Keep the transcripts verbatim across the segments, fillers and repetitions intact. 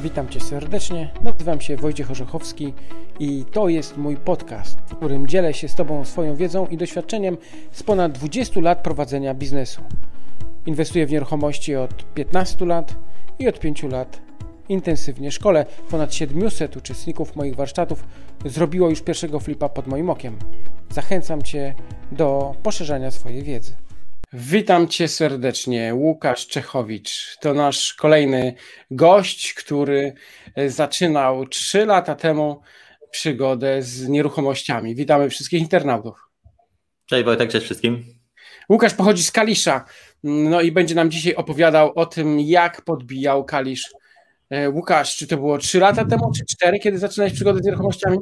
Witam Cię serdecznie, nazywam się Wojciech Orzechowski i to jest mój podcast, w którym dzielę się z Tobą swoją wiedzą i doświadczeniem z ponad dwudziestu lat prowadzenia biznesu. Inwestuję w nieruchomości od piętnastu lat i od pięciu lat intensywnie szkolę. Ponad siedmiuset uczestników moich warsztatów zrobiło już pierwszego flipa pod moim okiem. Zachęcam Cię do poszerzania swojej wiedzy. Witam Cię serdecznie, Łukasz Czechowicz. To nasz kolejny gość, który zaczynał trzy lata temu przygodę z nieruchomościami. Witamy wszystkich internautów. Cześć Wojtek, cześć wszystkim. Łukasz pochodzi z Kalisza, no i będzie nam dzisiaj opowiadał o tym, jak podbijał Kalisz. Łukasz, czy to było trzy lata temu, czy cztery, kiedy zaczynałeś przygodę z nieruchomościami?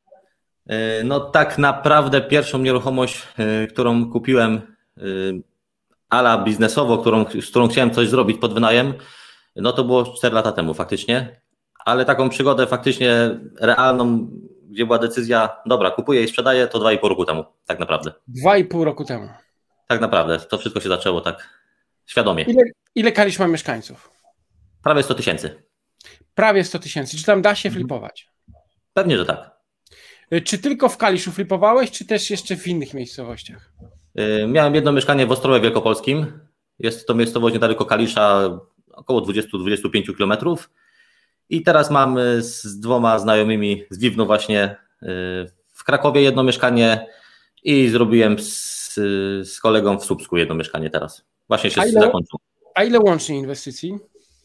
No tak naprawdę pierwszą nieruchomość, którą kupiłem ala biznesowo, którą, z którą chciałem coś zrobić pod wynajem, no to było cztery lata temu faktycznie, ale taką przygodę faktycznie realną, gdzie była decyzja, dobra, kupuję i sprzedaję, to dwa i pół roku temu, tak naprawdę. Dwa i pół roku temu. Tak naprawdę, to wszystko się zaczęło tak świadomie. Ile, ile Kalisz ma mieszkańców? Prawie sto tysięcy. Prawie sto tysięcy. Czy tam da się flipować? Pewnie, że tak. Czy tylko w Kaliszu flipowałeś, czy też jeszcze w innych miejscowościach? Miałem jedno mieszkanie w Ostrowie Wielkopolskim. Jest to miejscowość niedaleko Kalisza, około dwadzieścia do dwudziestu pięciu kilometrów. I teraz mam z dwoma znajomymi z Wiwnu właśnie w Krakowie jedno mieszkanie i zrobiłem z, z kolegą w Słupsku jedno mieszkanie teraz. Właśnie się zakończyło. A ile łącznie inwestycji?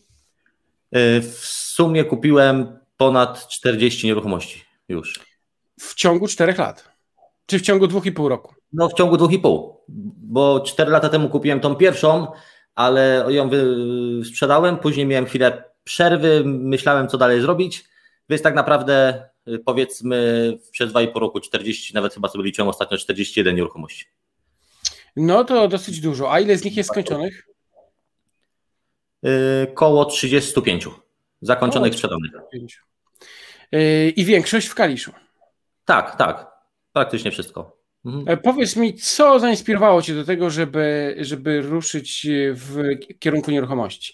W sumie kupiłem ponad czterdzieści nieruchomości już. W ciągu czterech lat? Czy w ciągu dwóch i pół roku? No w ciągu dwóch i pół, bo cztery lata temu kupiłem tą pierwszą, ale ją sprzedałem, później miałem chwilę przerwy, myślałem co dalej zrobić, więc tak naprawdę powiedzmy przez dwa i pół roku czterdzieści, nawet chyba sobie liczyłem ostatnio czterdzieści jeden nieruchomości. No to dosyć dużo, a ile z nich jest skończonych? Yy, koło trzydzieści pięć zakończonych, sprzedanych. Yy, I większość w Kaliszu? Tak, tak, praktycznie wszystko. Mhm. Powiedz mi, co zainspirowało Cię do tego, żeby, żeby ruszyć w kierunku nieruchomości?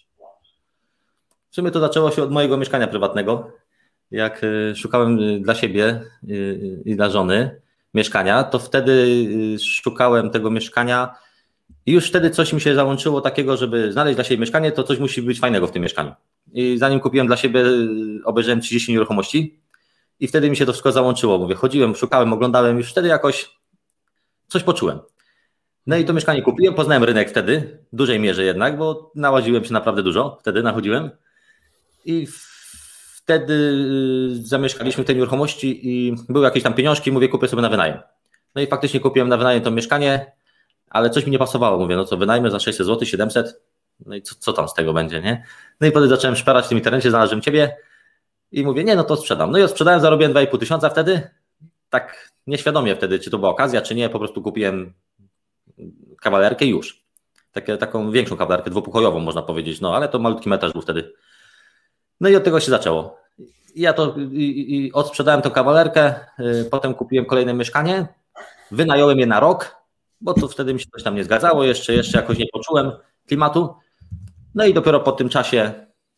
W sumie to zaczęło się od mojego mieszkania prywatnego. Jak szukałem dla siebie i dla żony mieszkania, to wtedy szukałem tego mieszkania i już wtedy coś mi się załączyło takiego, żeby znaleźć dla siebie mieszkanie, to coś musi być fajnego w tym mieszkaniu. I zanim kupiłem dla siebie, obejrzałem trzydzieści nieruchomości i wtedy mi się to wszystko załączyło. Mówię, chodziłem, szukałem, oglądałem, już wtedy jakoś coś poczułem. No i to mieszkanie kupiłem, poznałem rynek wtedy, w dużej mierze jednak, bo nałaziłem się naprawdę dużo, wtedy nachodziłem i wtedy zamieszkaliśmy w tej nieruchomości i były jakieś tam pieniążki, mówię, kupię sobie na wynajem. No i faktycznie kupiłem na wynajem to mieszkanie, ale coś mi nie pasowało, mówię, no co wynajmę za sześćset złotych, siedemset, no i co, co tam z tego będzie, nie? No i potem zacząłem szperać w tym internecie, znalazłem Ciebie i mówię, nie, no to sprzedam. No i sprzedałem, zarobiłem dwa i pół tysiąca wtedy, tak nieświadomie wtedy, czy to była okazja, czy nie, po prostu kupiłem kawalerkę i już. Takie, taką większą kawalerkę, dwupokojową można powiedzieć, no ale to malutki metraż był wtedy. No i od tego się zaczęło. I ja to i, i odsprzedałem tą kawalerkę, yy, potem kupiłem kolejne mieszkanie, wynająłem je na rok, bo to wtedy mi się coś tam nie zgadzało, jeszcze, jeszcze jakoś nie poczułem klimatu. No i dopiero po tym czasie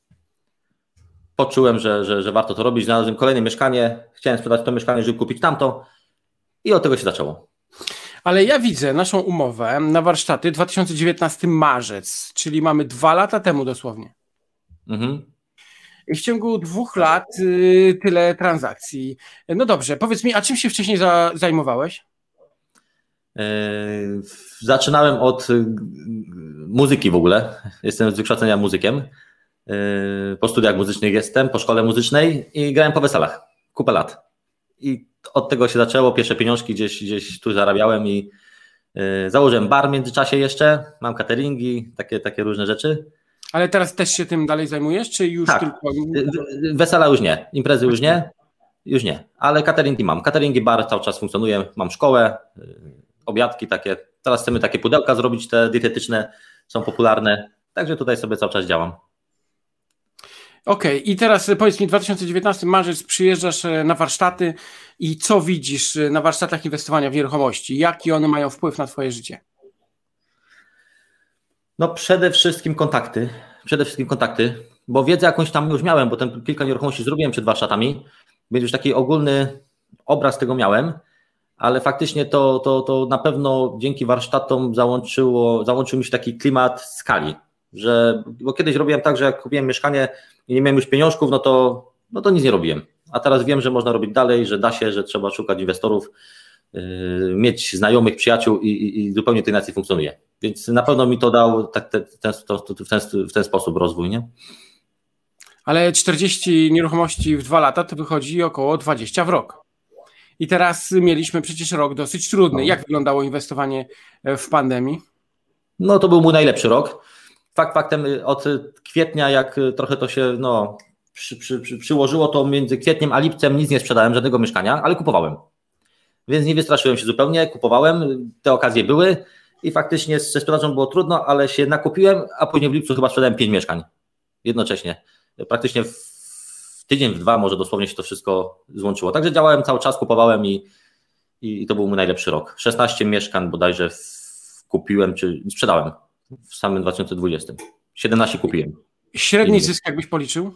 poczułem, że, że, że warto to robić. Znalazłem kolejne mieszkanie, chciałem sprzedać to mieszkanie, żeby kupić tamto i od tego się zaczęło. Ale ja widzę naszą umowę na warsztaty dwa tysiące dziewiętnasty marzec, czyli mamy dwa lata temu dosłownie. Mhm. I w ciągu dwóch lat y, tyle transakcji. No dobrze, powiedz mi, a czym się wcześniej za, zajmowałeś? Yy, zaczynałem od y, muzyki w ogóle. Jestem z wykształcenia muzykiem. Po studiach muzycznych jestem, po szkole muzycznej i grałem po weselach, kupę lat. I od tego się zaczęło, pierwsze pieniążki gdzieś, gdzieś tu zarabiałem i y, założyłem bar w międzyczasie jeszcze, mam cateringi, takie, takie różne rzeczy. Ale teraz też się tym dalej zajmujesz, czy już tak. tylko... Wesela już nie, imprezy już nie, już nie, ale cateringi mam. Cateringi, bar cały czas funkcjonuje, mam szkołę, y, obiadki takie. Teraz chcemy takie pudełka zrobić, te dietetyczne, są popularne, także tutaj sobie cały czas działam. Okej, okay. I teraz powiedz mi, dwa tysiące dziewiętnasty marzec, przyjeżdżasz na warsztaty i co widzisz na warsztatach inwestowania w nieruchomości? Jaki one mają wpływ na Twoje życie? No przede wszystkim kontakty. Przede wszystkim kontakty. bo wiedzę jakąś tam już miałem, bo ten kilka nieruchomości zrobiłem przed warsztatami, więc już taki ogólny obraz tego miałem, ale faktycznie to, to, to na pewno dzięki warsztatom załączyło, załączył mi się taki klimat skali, że, bo kiedyś robiłem tak, że jak kupiłem mieszkanie i nie miałem już pieniążków, no to, no to nic nie robiłem, a teraz wiem, że można robić dalej, że da się, że trzeba szukać inwestorów, yy, mieć znajomych, przyjaciół i, i, i zupełnie to inaczej funkcjonuje, więc na pewno mi to dał tak, ten, ten, w, ten, w ten sposób rozwój, nie? Ale czterdzieści nieruchomości w dwa lata to wychodzi około dwadzieścia w rok. I teraz mieliśmy przecież rok dosyć trudny. Jak wyglądało inwestowanie w pandemii? No to był mój najlepszy rok. Fakt faktem od kwietnia, jak trochę to się no, przy, przy, przy, przyłożyło, to między kwietniem a lipcem nic nie sprzedałem, żadnego mieszkania, ale kupowałem. Więc nie wystraszyłem się zupełnie, kupowałem, te okazje były i faktycznie ze sprzedażą było trudno, ale się nakupiłem, a później w lipcu chyba sprzedałem pięć mieszkań jednocześnie. Praktycznie w tydzień, w dwa może dosłownie się to wszystko złączyło. Także działałem cały czas, kupowałem i, i, i to był mój najlepszy rok. szesnaście mieszkań bodajże w, kupiłem, czy sprzedałem w samym dwa tysiące dwudziestym. siedemnaście kupiłem. Średni zysk jakbyś policzył?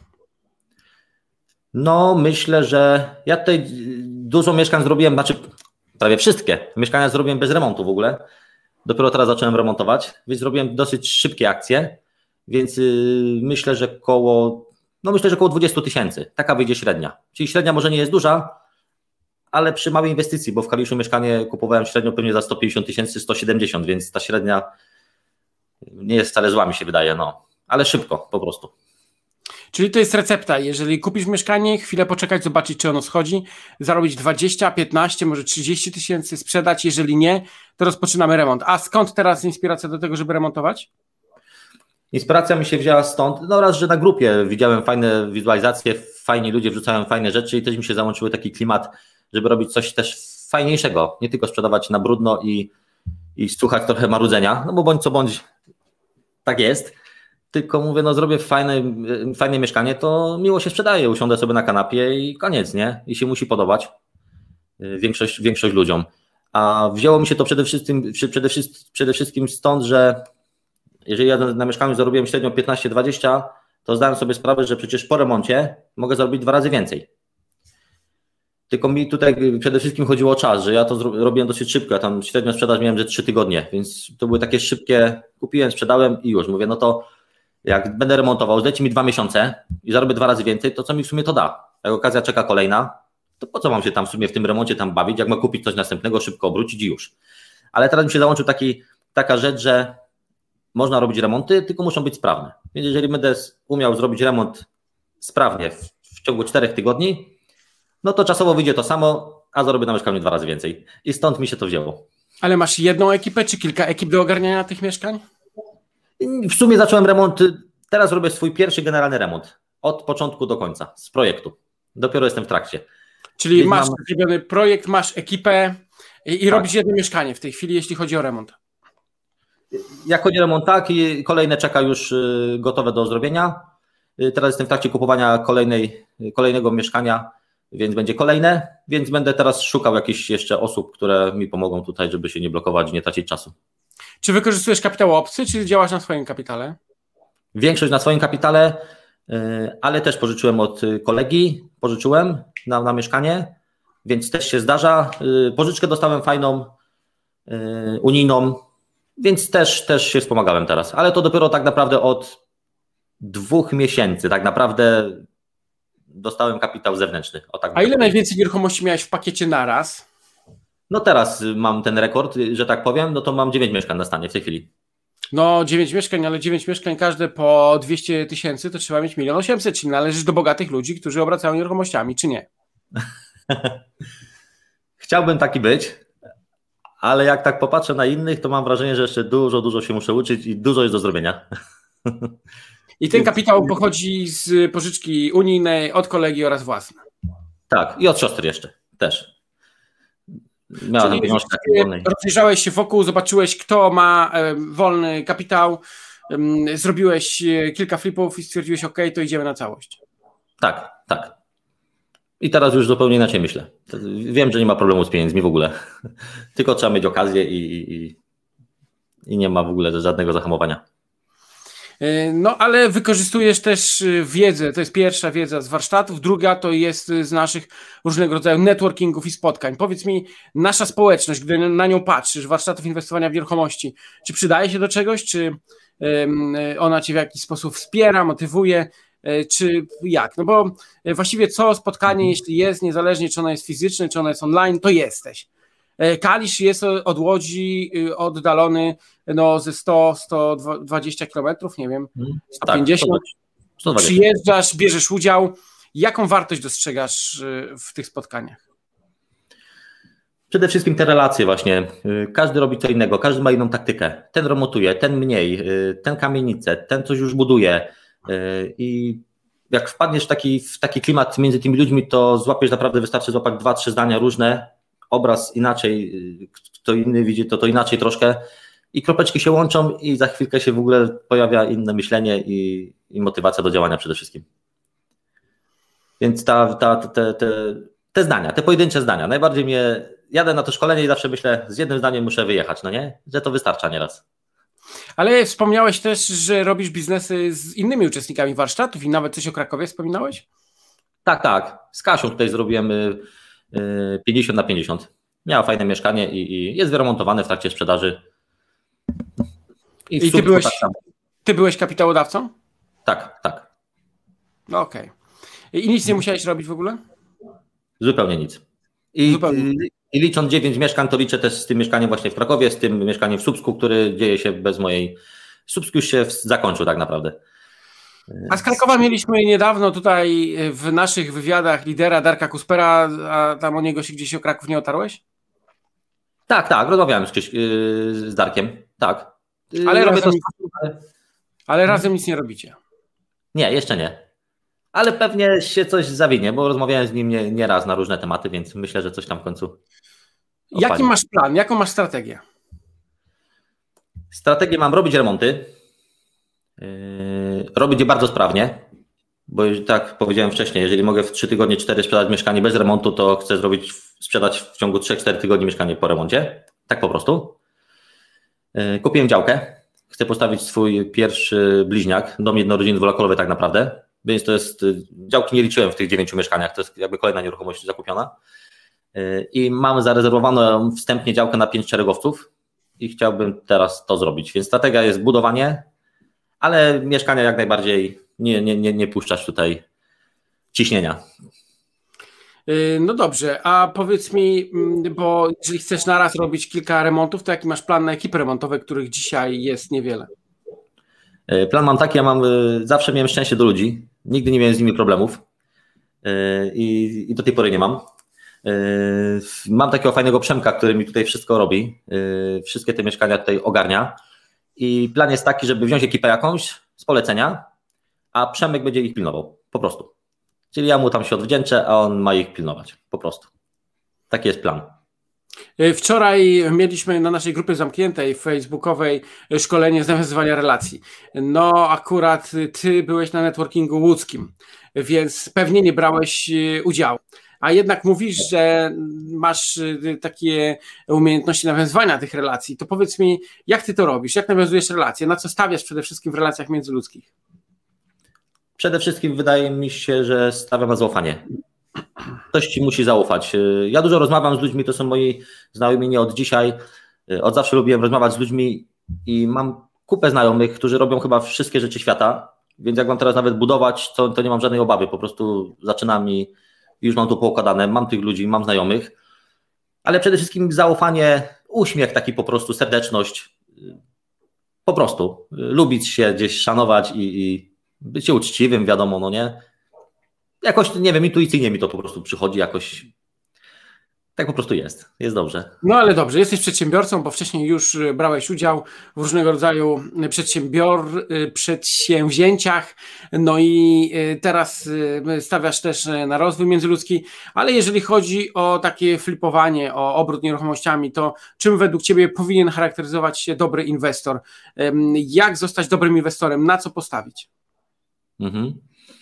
No myślę, że ja tutaj dużo mieszkań zrobiłem, znaczy prawie wszystkie mieszkania zrobiłem bez remontu w ogóle. Dopiero teraz zacząłem remontować, więc zrobiłem dosyć szybkie akcje, więc yy, myślę, że koło No myślę, że około dwadzieścia tysięcy. Taka wyjdzie średnia. Czyli średnia może nie jest duża, ale przy małej inwestycji, bo w Kaliszu mieszkanie kupowałem średnio pewnie za sto pięćdziesiąt tysięcy, sto siedemdziesiąt, więc ta średnia nie jest wcale zła, mi się wydaje, no. Ale szybko po prostu. Czyli to jest recepta. Jeżeli kupisz mieszkanie, chwilę poczekać, zobaczyć, czy ono schodzi, zarobić dwadzieścia, piętnaście, może trzydzieści tysięcy, sprzedać. Jeżeli nie, to rozpoczynamy remont. A skąd teraz inspiracja do tego, żeby remontować? Inspiracja mi się wzięła stąd, no raz, że na grupie widziałem fajne wizualizacje, fajni ludzie wrzucają fajne rzeczy i też mi się załączyły taki klimat, żeby robić coś też fajniejszego, nie tylko sprzedawać na brudno i, i słuchać trochę marudzenia, no bo bądź co bądź tak jest, tylko mówię, no zrobię fajne, fajne mieszkanie, to miło się sprzedaje, usiądę sobie na kanapie i koniec, nie? I się musi podobać większość, większość ludziom. A wzięło mi się to przede wszystkim, przede wszystkim, przede wszystkim stąd, że jeżeli ja na mieszkaniu zarobiłem średnio piętnaście dwadzieścia, to zdałem sobie sprawę, że przecież po remoncie mogę zarobić dwa razy więcej. Tylko mi tutaj przede wszystkim chodziło o czas, że ja to robiłem dosyć szybko, ja tam średnio sprzedaż miałem że trzy tygodnie, więc to były takie szybkie, kupiłem, sprzedałem i już. Mówię, no to jak będę remontował, zdajcie mi dwa miesiące i zarobię dwa razy więcej, to co mi w sumie to da? Jak okazja czeka kolejna, to po co mam się tam w sumie w tym remoncie tam bawić, jak mam kupić coś następnego, szybko obrócić i już. Ale teraz mi się załączył taki, taka rzecz, że można robić remonty, tylko muszą być sprawne. Więc jeżeli będę umiał zrobić remont sprawnie w, w ciągu czterech tygodni, no to czasowo wyjdzie to samo, a zarobię na mieszkaniu dwa razy więcej. I stąd mi się to wzięło. Ale masz jedną ekipę, czy kilka ekip do ogarniania tych mieszkań? W sumie zacząłem remont, teraz robię swój pierwszy generalny remont. Od początku do końca, z projektu. Dopiero jestem w trakcie. Czyli Więc masz mam... projekt, masz ekipę i, i tak. robisz jedno mieszkanie w tej chwili, jeśli chodzi o remont. Jak chodzi o remont, tak, i kolejne czeka już gotowe do zrobienia. Teraz jestem w trakcie kupowania kolejnej, kolejnego mieszkania, więc będzie kolejne, więc będę teraz szukał jakichś jeszcze osób, które mi pomogą tutaj, żeby się nie blokować, nie tracić czasu. Czy wykorzystujesz kapitał obcy, czy działasz na swoim kapitale? Większość na swoim kapitale, ale też pożyczyłem od kolegi, pożyczyłem na, na mieszkanie, więc też się zdarza. Pożyczkę dostałem fajną, unijną, więc też, też się wspomagałem teraz, ale to dopiero tak naprawdę od dwóch miesięcy, tak naprawdę dostałem kapitał zewnętrzny. O tak. A ile najwięcej nieruchomości miałeś w pakiecie naraz? No teraz mam ten rekord, że tak powiem, no to mam dziewięć mieszkań na stanie w tej chwili. No dziewięć mieszkań, ale dziewięć mieszkań każde po dwieście tysięcy, to trzeba mieć milion osiemset, czyli należysz do bogatych ludzi, którzy obracają nieruchomościami, czy nie? Chciałbym taki być, ale jak tak popatrzę na innych, to mam wrażenie, że jeszcze dużo, dużo się muszę uczyć i dużo jest do zrobienia. I ten kapitał pochodzi z pożyczki unijnej, od kolegi oraz własne. Tak, i od siostry jeszcze też. Miała tam pieniążki wolnej. Rozejrzałeś się wokół, zobaczyłeś, kto ma e, wolny kapitał, e, zrobiłeś kilka flipów i stwierdziłeś, ok, to idziemy na całość. Tak, tak. I teraz już zupełnie inaczej myślę. Wiem, że nie ma problemu z pieniędzmi w ogóle. Tylko trzeba mieć okazję i, i, i nie ma w ogóle żadnego zahamowania. No ale wykorzystujesz też wiedzę, to jest pierwsza wiedza z warsztatów, druga to jest z naszych różnego rodzaju networkingów i spotkań. Powiedz mi, nasza społeczność, gdy na nią patrzysz, warsztatów inwestowania w nieruchomości, czy przydaje się do czegoś, czy ona cię w jakiś sposób wspiera, motywuje, czy jak? No bo właściwie co spotkanie, jeśli jest, niezależnie czy ono jest fizyczne, czy ono jest online, to jesteś. Kalisz jest od Łodzi oddalony no, ze sto do stu dwudziestu kilometrów, nie wiem, sto pięćdziesiąt. Tak, sto dwadzieścia. Przyjeżdżasz, bierzesz udział. Jaką wartość dostrzegasz w tych spotkaniach? Przede wszystkim te relacje właśnie. Każdy robi co innego, każdy ma inną taktykę. Ten remontuje, ten mniej, ten kamienicę, ten coś już buduje. I jak wpadniesz w taki, w taki klimat między tymi ludźmi, to złapiesz naprawdę, wystarczy złapać dwa, trzy zdania różne, obraz inaczej, kto inny widzi to, to inaczej troszkę i kropeczki się łączą i za chwilkę się w ogóle pojawia inne myślenie i, i motywacja do działania przede wszystkim. Więc ta, ta, te, te, te zdania, te pojedyncze zdania, najbardziej mnie, jadę na to szkolenie i zawsze myślę, z jednym zdaniem muszę wyjechać, no nie? Że to wystarcza nieraz. Ale wspomniałeś też, że robisz biznesy z innymi uczestnikami warsztatów i nawet coś o Krakowie wspominałeś? Tak, tak. Z Kasią tutaj zrobiłem pięćdziesiąt na pięćdziesiąt. Miała fajne mieszkanie i, i jest wyremontowane w trakcie sprzedaży. I, I ty, byłeś, tak ty byłeś kapitałodawcą? Tak, tak. No okej. Okay. I nic nie musiałeś robić w ogóle? Zupełnie nic. I, Zupełnie. I, I licząc dziewięć mieszkań, to liczę też z tym mieszkaniem właśnie w Krakowie, z tym mieszkaniem w Słupsku, który dzieje się bez mojej... Słupsk już się zakończył tak naprawdę. A z Krakowa mieliśmy niedawno tutaj w naszych wywiadach lidera Darka Kuspera, a tam o niego się gdzieś o Kraków nie otarłeś? Tak, tak, rozmawiałem z, z Darkiem, tak. Ale, razem, to... nic, ale razem nic nie robicie? Nie, jeszcze nie. Ale pewnie się coś zawinie, bo rozmawiałem z nim nie, nie raz na różne tematy, więc myślę, że coś tam w końcu opadnie. Jaki masz plan? Jaką masz strategię? Strategię mam robić remonty, yy, robić je bardzo sprawnie, bo tak powiedziałem wcześniej, jeżeli mogę w trzy tygodnie, cztery sprzedać mieszkanie bez remontu, to chcę zrobić, sprzedać w ciągu trzech czterech tygodni mieszkanie po remoncie. Tak po prostu. Yy, kupiłem działkę. Chcę postawić swój pierwszy bliźniak, dom jednorodzinny dwulokalowy tak naprawdę, więc to jest, działki nie liczyłem w tych dziewięciu mieszkaniach, to jest jakby kolejna nieruchomość zakupiona. Yy, I mam zarezerwowaną wstępnie działkę na pięć szeregowców i chciałbym teraz to zrobić, więc strategia jest budowanie, ale mieszkania jak najbardziej nie, nie, nie, nie puszczać tutaj ciśnienia. No dobrze, a powiedz mi, bo jeżeli chcesz naraz robić kilka remontów, to jaki masz plan na ekipy remontowe, których dzisiaj jest niewiele? Plan mam taki, ja mam, zawsze miałem szczęście do ludzi, nigdy nie miałem z nimi problemów i, i do tej pory nie mam. Mam takiego fajnego Przemka, który mi tutaj wszystko robi, wszystkie te mieszkania tutaj ogarnia i plan jest taki, żeby wziąć ekipę jakąś z polecenia, a Przemek będzie ich pilnował, po prostu. Czyli ja mu tam się odwdzięczę, a on ma ich pilnować, po prostu. Taki jest plan. Wczoraj mieliśmy na naszej grupie zamkniętej facebookowej szkolenie z nawiązywania relacji. No akurat ty byłeś na networkingu łódzkim, więc pewnie nie brałeś udziału. A jednak mówisz, że masz takie umiejętności nawiązywania tych relacji. To powiedz mi, jak ty to robisz? Jak nawiązujesz relacje? Na co stawiasz przede wszystkim w relacjach międzyludzkich? Przede wszystkim wydaje mi się, że stawiam na zaufanie. Ktoś ci musi zaufać. Ja dużo rozmawiam z ludźmi, to są moi znajomi nie od dzisiaj. Od zawsze lubiłem rozmawiać z ludźmi i mam kupę znajomych, którzy robią chyba wszystkie rzeczy świata, więc jak mam teraz nawet budować, to, to nie mam żadnej obawy. Po prostu zaczynam i już mam to poukładane, mam tych ludzi, mam znajomych, ale przede wszystkim zaufanie, uśmiech taki po prostu, serdeczność. Po prostu lubić się gdzieś, szanować i, i być uczciwym, wiadomo, no nie. Jakoś, nie wiem, intuicyjnie mi to po prostu przychodzi, jakoś tak po prostu jest, jest dobrze. No ale dobrze, jesteś przedsiębiorcą, bo wcześniej już brałeś udział w różnego rodzaju przedsiębior, przedsięwzięciach, no i teraz stawiasz też na rozwój międzyludzki, ale jeżeli chodzi o takie flipowanie, o obrót nieruchomościami, to czym według ciebie powinien charakteryzować się dobry inwestor? Jak zostać dobrym inwestorem? Na co postawić? Mhm.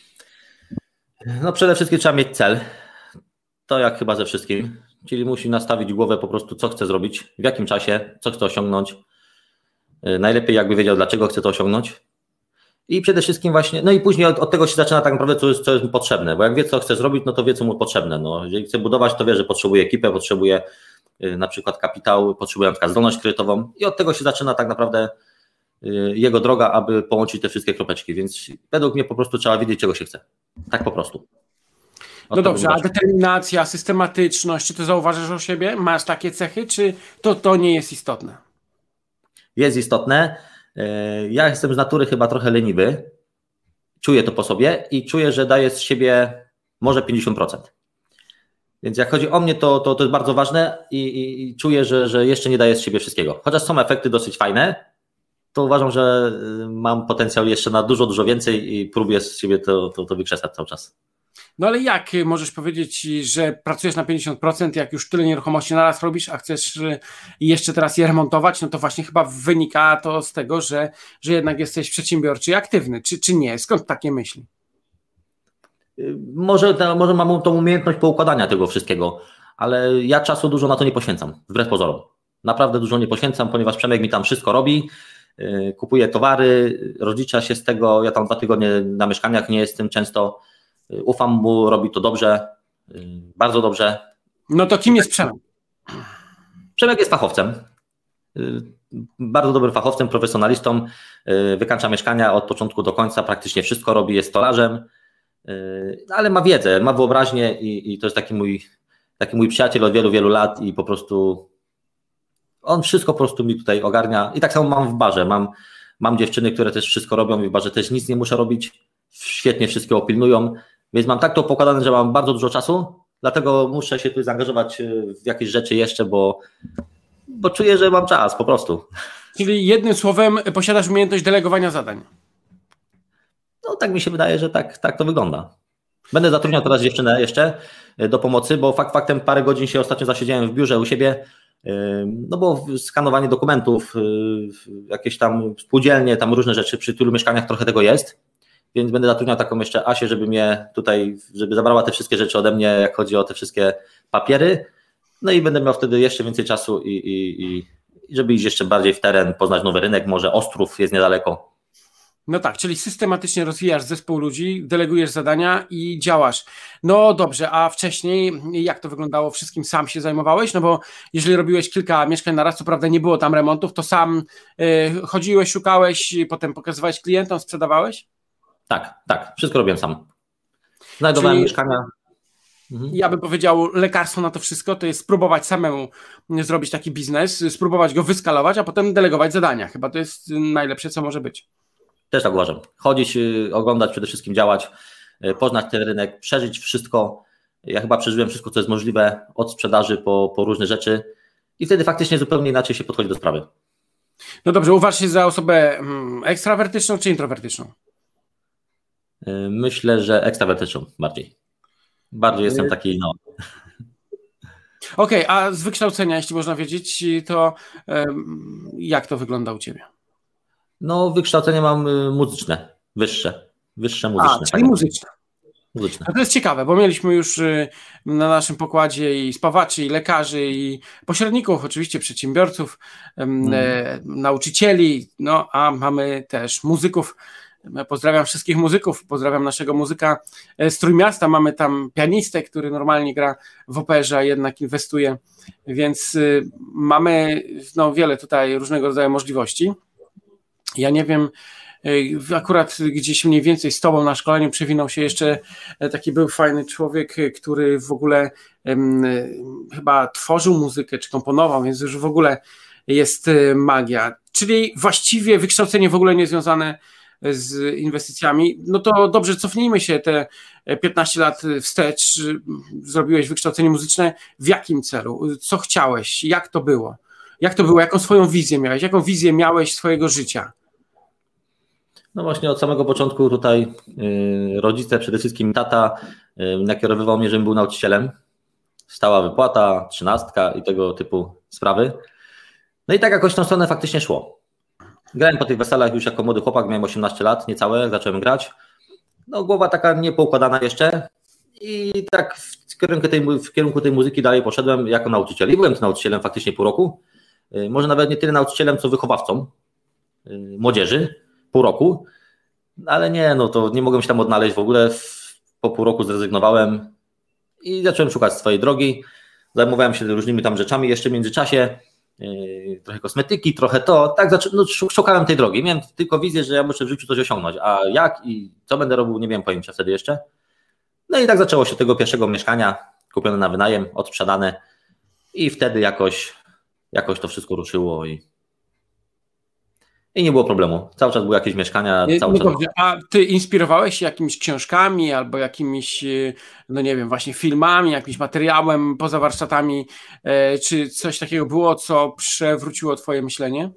No przede wszystkim trzeba mieć cel, to jak chyba ze wszystkim, czyli musi nastawić głowę po prostu, co chce zrobić, w jakim czasie, co chce osiągnąć, najlepiej jakby wiedział, dlaczego chce to osiągnąć I przede wszystkim właśnie, no i później od, od tego się zaczyna tak naprawdę, co jest, co jest mu potrzebne, bo jak wie, co chce zrobić, no to wie, co mu potrzebne. No, jeżeli chce budować, to wie, że potrzebuje ekipę, potrzebuje y, na przykład kapitał, potrzebuje na przykład zdolność kredytową i od tego się zaczyna tak naprawdę y, jego droga, aby połączyć te wszystkie kropeczki, więc według mnie po prostu trzeba wiedzieć, czego się chce. Tak po prostu. Od no dobrze, a determinacja, systematyczność, czy to zauważasz u siebie? Masz takie cechy, czy to, to nie jest istotne? Jest istotne. Ja jestem z natury chyba trochę leniwy, czuję to po sobie i czuję, że daję z siebie może pięćdziesiąt procent. Więc jak chodzi o mnie, to, to, to jest bardzo ważne i, i, i czuję, że, że jeszcze nie daję z siebie wszystkiego. Chociaż są efekty dosyć fajne, to uważam, że mam potencjał jeszcze na dużo, dużo więcej i próbuję z siebie to, to, to wykrzesać cały czas. No ale jak możesz powiedzieć, że pracujesz na pięćdziesiąt procent, jak już tyle nieruchomości naraz robisz, a chcesz jeszcze teraz je remontować, no to właśnie chyba wynika to z tego, że, że jednak jesteś przedsiębiorczy i aktywny, czy, czy nie? Skąd takie myśli? Może, może mam tą umiejętność poukładania tego wszystkiego, ale ja czasu dużo na to nie poświęcam, wbrew pozorom. Naprawdę dużo nie poświęcam, ponieważ Przemek mi tam wszystko robi, kupuje towary, rozlicza się z tego, ja tam dwa tygodnie na mieszkaniach nie jestem często. Ufam mu, robi to dobrze, bardzo dobrze. No to kim jest Przemek? Przemek jest fachowcem, bardzo dobrym fachowcem, profesjonalistą, wykańcza mieszkania od początku do końca, praktycznie wszystko robi, jest stolarzem, ale ma wiedzę, ma wyobraźnię i, i to jest taki mój, taki mój przyjaciel od wielu, wielu lat i po prostu on wszystko po prostu mi tutaj ogarnia i tak samo mam w barze, mam, mam dziewczyny, które też wszystko robią i w barze też nic nie muszę robić, świetnie wszystkiego pilnują. Więc mam tak to pokładane, że mam bardzo dużo czasu, dlatego muszę się tu zaangażować w jakieś rzeczy jeszcze, bo, bo czuję, że mam czas po prostu. Czyli jednym słowem posiadasz umiejętność delegowania zadań. No tak mi się wydaje, że tak, tak to wygląda. Będę zatrudniał teraz dziewczynę jeszcze do pomocy, bo fakt faktem parę godzin się ostatnio zasiedziałem w biurze u siebie, no bo skanowanie dokumentów, jakieś tam spółdzielnie, tam różne rzeczy, przy tylu mieszkaniach trochę tego jest. Więc będę zatrudniał taką jeszcze Asię, żeby mnie tutaj, żeby zabrała te wszystkie rzeczy ode mnie, jak chodzi o te wszystkie papiery. No i będę miał wtedy jeszcze więcej czasu i, i, i żeby iść jeszcze bardziej w teren, poznać nowy rynek, może Ostrów jest niedaleko. No tak, czyli systematycznie rozwijasz zespół ludzi, delegujesz zadania i działasz. No dobrze, a wcześniej jak to wyglądało? Wszystkim sam się zajmowałeś? No bo jeżeli robiłeś kilka mieszkań na raz, co prawda nie było tam remontów, to sam y, chodziłeś, szukałeś, potem pokazywałeś klientom, sprzedawałeś? Tak, tak, wszystko robiłem sam. Znajdowałem Czyli mieszkania. Mhm. Ja bym powiedział, lekarstwo na to wszystko to jest spróbować samemu zrobić taki biznes, spróbować go wyskalować, a potem delegować zadania. Chyba to jest najlepsze, co może być. Też tak uważam. Chodzić, oglądać, przede wszystkim działać, poznać ten rynek, przeżyć wszystko. Ja chyba przeżyłem wszystko, co jest możliwe, od sprzedaży po, po różne rzeczy i wtedy faktycznie zupełnie inaczej się podchodzi do sprawy. No dobrze, uważasz się za osobę ekstrawertyczną czy introwertyczną? Myślę, że ekstrawertyczną bardziej. Bardziej jestem taki, no. Okej, okay, a z wykształcenia, jeśli można wiedzieć, to um, jak to wygląda u Ciebie? No, wykształcenie mam muzyczne, wyższe, wyższe muzyczne. A, czyli muzyczne. muzyczne. A to jest ciekawe, bo mieliśmy już na naszym pokładzie i spawaczy, i lekarzy, i pośredników, oczywiście przedsiębiorców, hmm. e, nauczycieli, no a mamy też muzyków. Pozdrawiam wszystkich muzyków, pozdrawiam naszego muzyka z Trójmiasta, mamy tam pianistę, który normalnie gra w operze, a jednak inwestuje, więc mamy no, wiele tutaj różnego rodzaju możliwości. Ja nie wiem, akurat gdzieś mniej więcej z Tobą na szkoleniu przewinął się jeszcze taki był fajny człowiek, który w ogóle um, chyba tworzył muzykę, czy komponował, więc już w ogóle jest magia. Czyli właściwie wykształcenie w ogóle niezwiązane z inwestycjami, no to dobrze, cofnijmy się te piętnaście lat wstecz, zrobiłeś wykształcenie muzyczne, w jakim celu, co chciałeś, jak to było, jak to było, jaką swoją wizję miałeś, jaką wizję miałeś swojego życia? No właśnie od samego początku tutaj yy, rodzice, przede wszystkim tata yy, nakierowywał mnie, żebym był nauczycielem, stała wypłata, trzynastka i tego typu sprawy, no i tak jakoś w tą stronę faktycznie szło. Grałem po tych weselach już jako młody chłopak, miałem osiemnaście lat, niecałe, jak zacząłem grać. No głowa taka niepoukładana jeszcze i tak w kierunku, tej, w kierunku tej muzyki dalej poszedłem jako nauczyciel. I byłem tym nauczycielem faktycznie pół roku. Może nawet nie tyle nauczycielem, co wychowawcą młodzieży, pół roku. ale nie, no to nie mogłem się tam odnaleźć w ogóle. Po pół roku zrezygnowałem i zacząłem szukać swojej drogi. Zajmowałem się różnymi tam rzeczami jeszcze w międzyczasie. Yy, trochę kosmetyki, trochę to. Tak, zaczę... no, szukałem tej drogi. Miałem tylko wizję, że ja muszę w życiu coś osiągnąć. A jak i co będę robił, nie miałem pojęcia wtedy jeszcze. No i tak zaczęło się tego pierwszego mieszkania, kupione na wynajem, odsprzedane. I wtedy jakoś, jakoś to wszystko ruszyło i, i nie było problemu. Cały czas były jakieś mieszkania. Cały no czas... dobrze, a ty inspirowałeś się jakimiś książkami albo jakimiś, no nie wiem, właśnie filmami, jakimś materiałem poza warsztatami? Czy coś takiego było, co przewróciło twoje myślenie?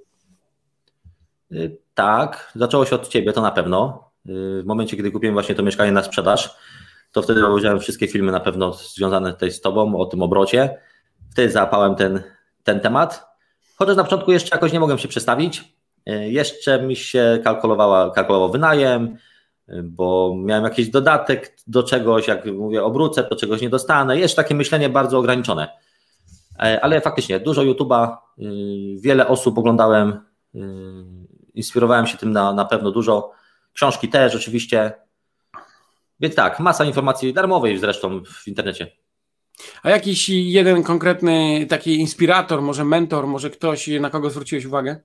Tak, zaczęło się od ciebie, to na pewno. W momencie, kiedy kupiłem właśnie to mieszkanie na sprzedaż, to wtedy obejrzałem wszystkie filmy na pewno związane tutaj z tobą, o tym obrocie. Wtedy załapałem ten, ten temat. Chociaż na początku jeszcze jakoś nie mogłem się przestawić. Jeszcze mi się kalkulowała, kalkulował wynajem, bo miałem jakiś dodatek do czegoś, jak mówię, obrócę, to czegoś nie dostanę. Jeszcze takie myślenie bardzo ograniczone. Ale faktycznie dużo YouTube'a, wiele osób oglądałem, inspirowałem się tym na, na pewno dużo. Książki też oczywiście. Więc tak, masa informacji darmowej zresztą w internecie. A jakiś jeden konkretny taki inspirator, może mentor, może ktoś, na kogo zwróciłeś uwagę?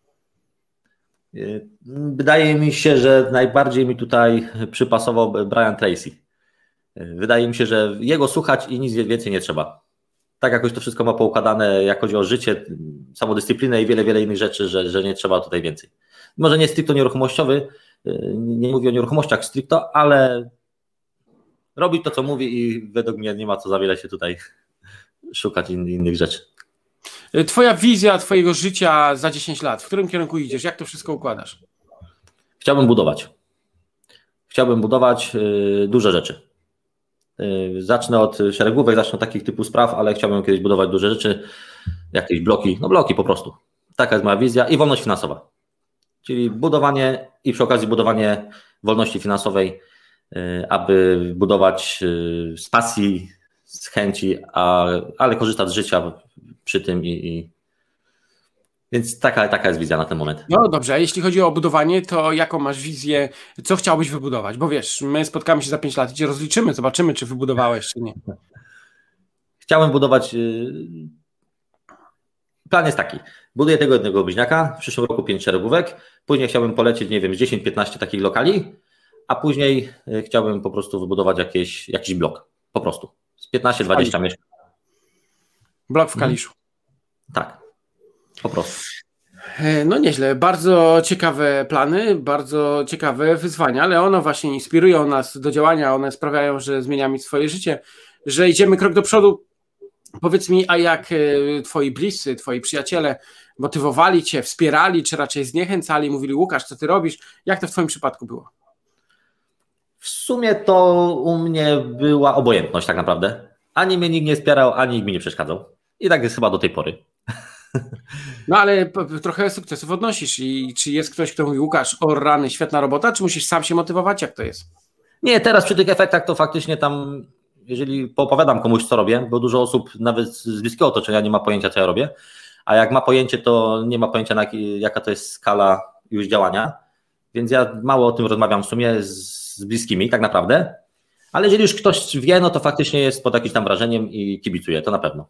Wydaje mi się, że najbardziej mi tutaj przypasował Brian Tracy. Wydaje mi się, że jego słuchać i nic więcej nie trzeba. Tak jakoś to wszystko ma poukładane, jak chodzi o życie, samodyscyplinę i wiele, wiele innych rzeczy, że, że nie trzeba tutaj więcej. Może nie stricto nieruchomościowy, nie mówię o nieruchomościach stricto, ale robi to, co mówi i według mnie nie ma co za wiele się tutaj szukać in, innych rzeczy. Twoja wizja twojego życia za dziesięć lat, w którym kierunku idziesz? Jak to wszystko układasz? Chciałbym budować. Chciałbym budować yy, duże rzeczy. Yy, zacznę od szeregówek, zacznę od takich typu spraw, ale chciałbym kiedyś budować duże rzeczy, jakieś bloki, no bloki po prostu. Taka jest moja wizja i wolność finansowa. Czyli budowanie i przy okazji budowanie wolności finansowej, yy, aby budować yy, z pasji, z chęci, a, ale korzystać z życia przy tym i, i... Więc taka, taka jest wizja na ten moment. No dobrze, a jeśli chodzi o budowanie, to jaką masz wizję, co chciałbyś wybudować? Bo wiesz, my spotkamy się za pięć lat i cię rozliczymy, zobaczymy, czy wybudowałeś, czy nie. Chciałem budować... Plan jest taki. Buduję tego jednego bliźniaka, w przyszłym roku pięć szeregówek, później chciałbym polecieć, nie wiem, dziesięć piętnaście takich lokali, a później chciałbym po prostu wybudować jakieś, jakiś blok. Po prostu. Z piętnaście dwadzieścia mieszkań. Blok w Kaliszu. Tak, po prostu. No nieźle, bardzo ciekawe plany, bardzo ciekawe wyzwania, ale one właśnie inspirują nas do działania, one sprawiają, że zmieniamy swoje życie, że idziemy krok do przodu. Powiedz mi, a jak twoi bliscy, twoi przyjaciele motywowali cię, wspierali, czy raczej zniechęcali, mówili: Łukasz, co ty robisz? Jak to w twoim przypadku było? W sumie to u mnie była obojętność tak naprawdę. Ani mnie nikt nie wspierał, ani nikt mi nie przeszkadzał. I tak jest chyba do tej pory. No ale trochę sukcesów odnosisz. I czy jest ktoś, kto mówi: Łukasz, o rany, świetna robota, czy musisz sam się motywować? Jak to jest? Nie, teraz przy tych efektach to faktycznie tam, jeżeli poopowiadam komuś, co robię, bo dużo osób nawet z bliskiego otoczenia nie ma pojęcia, co ja robię, a jak ma pojęcie, to nie ma pojęcia, jaka to jest skala już działania, więc ja mało o tym rozmawiam w sumie z z bliskimi tak naprawdę, ale jeżeli już ktoś wie, no to faktycznie jest pod jakimś tam wrażeniem i kibicuje, to na pewno.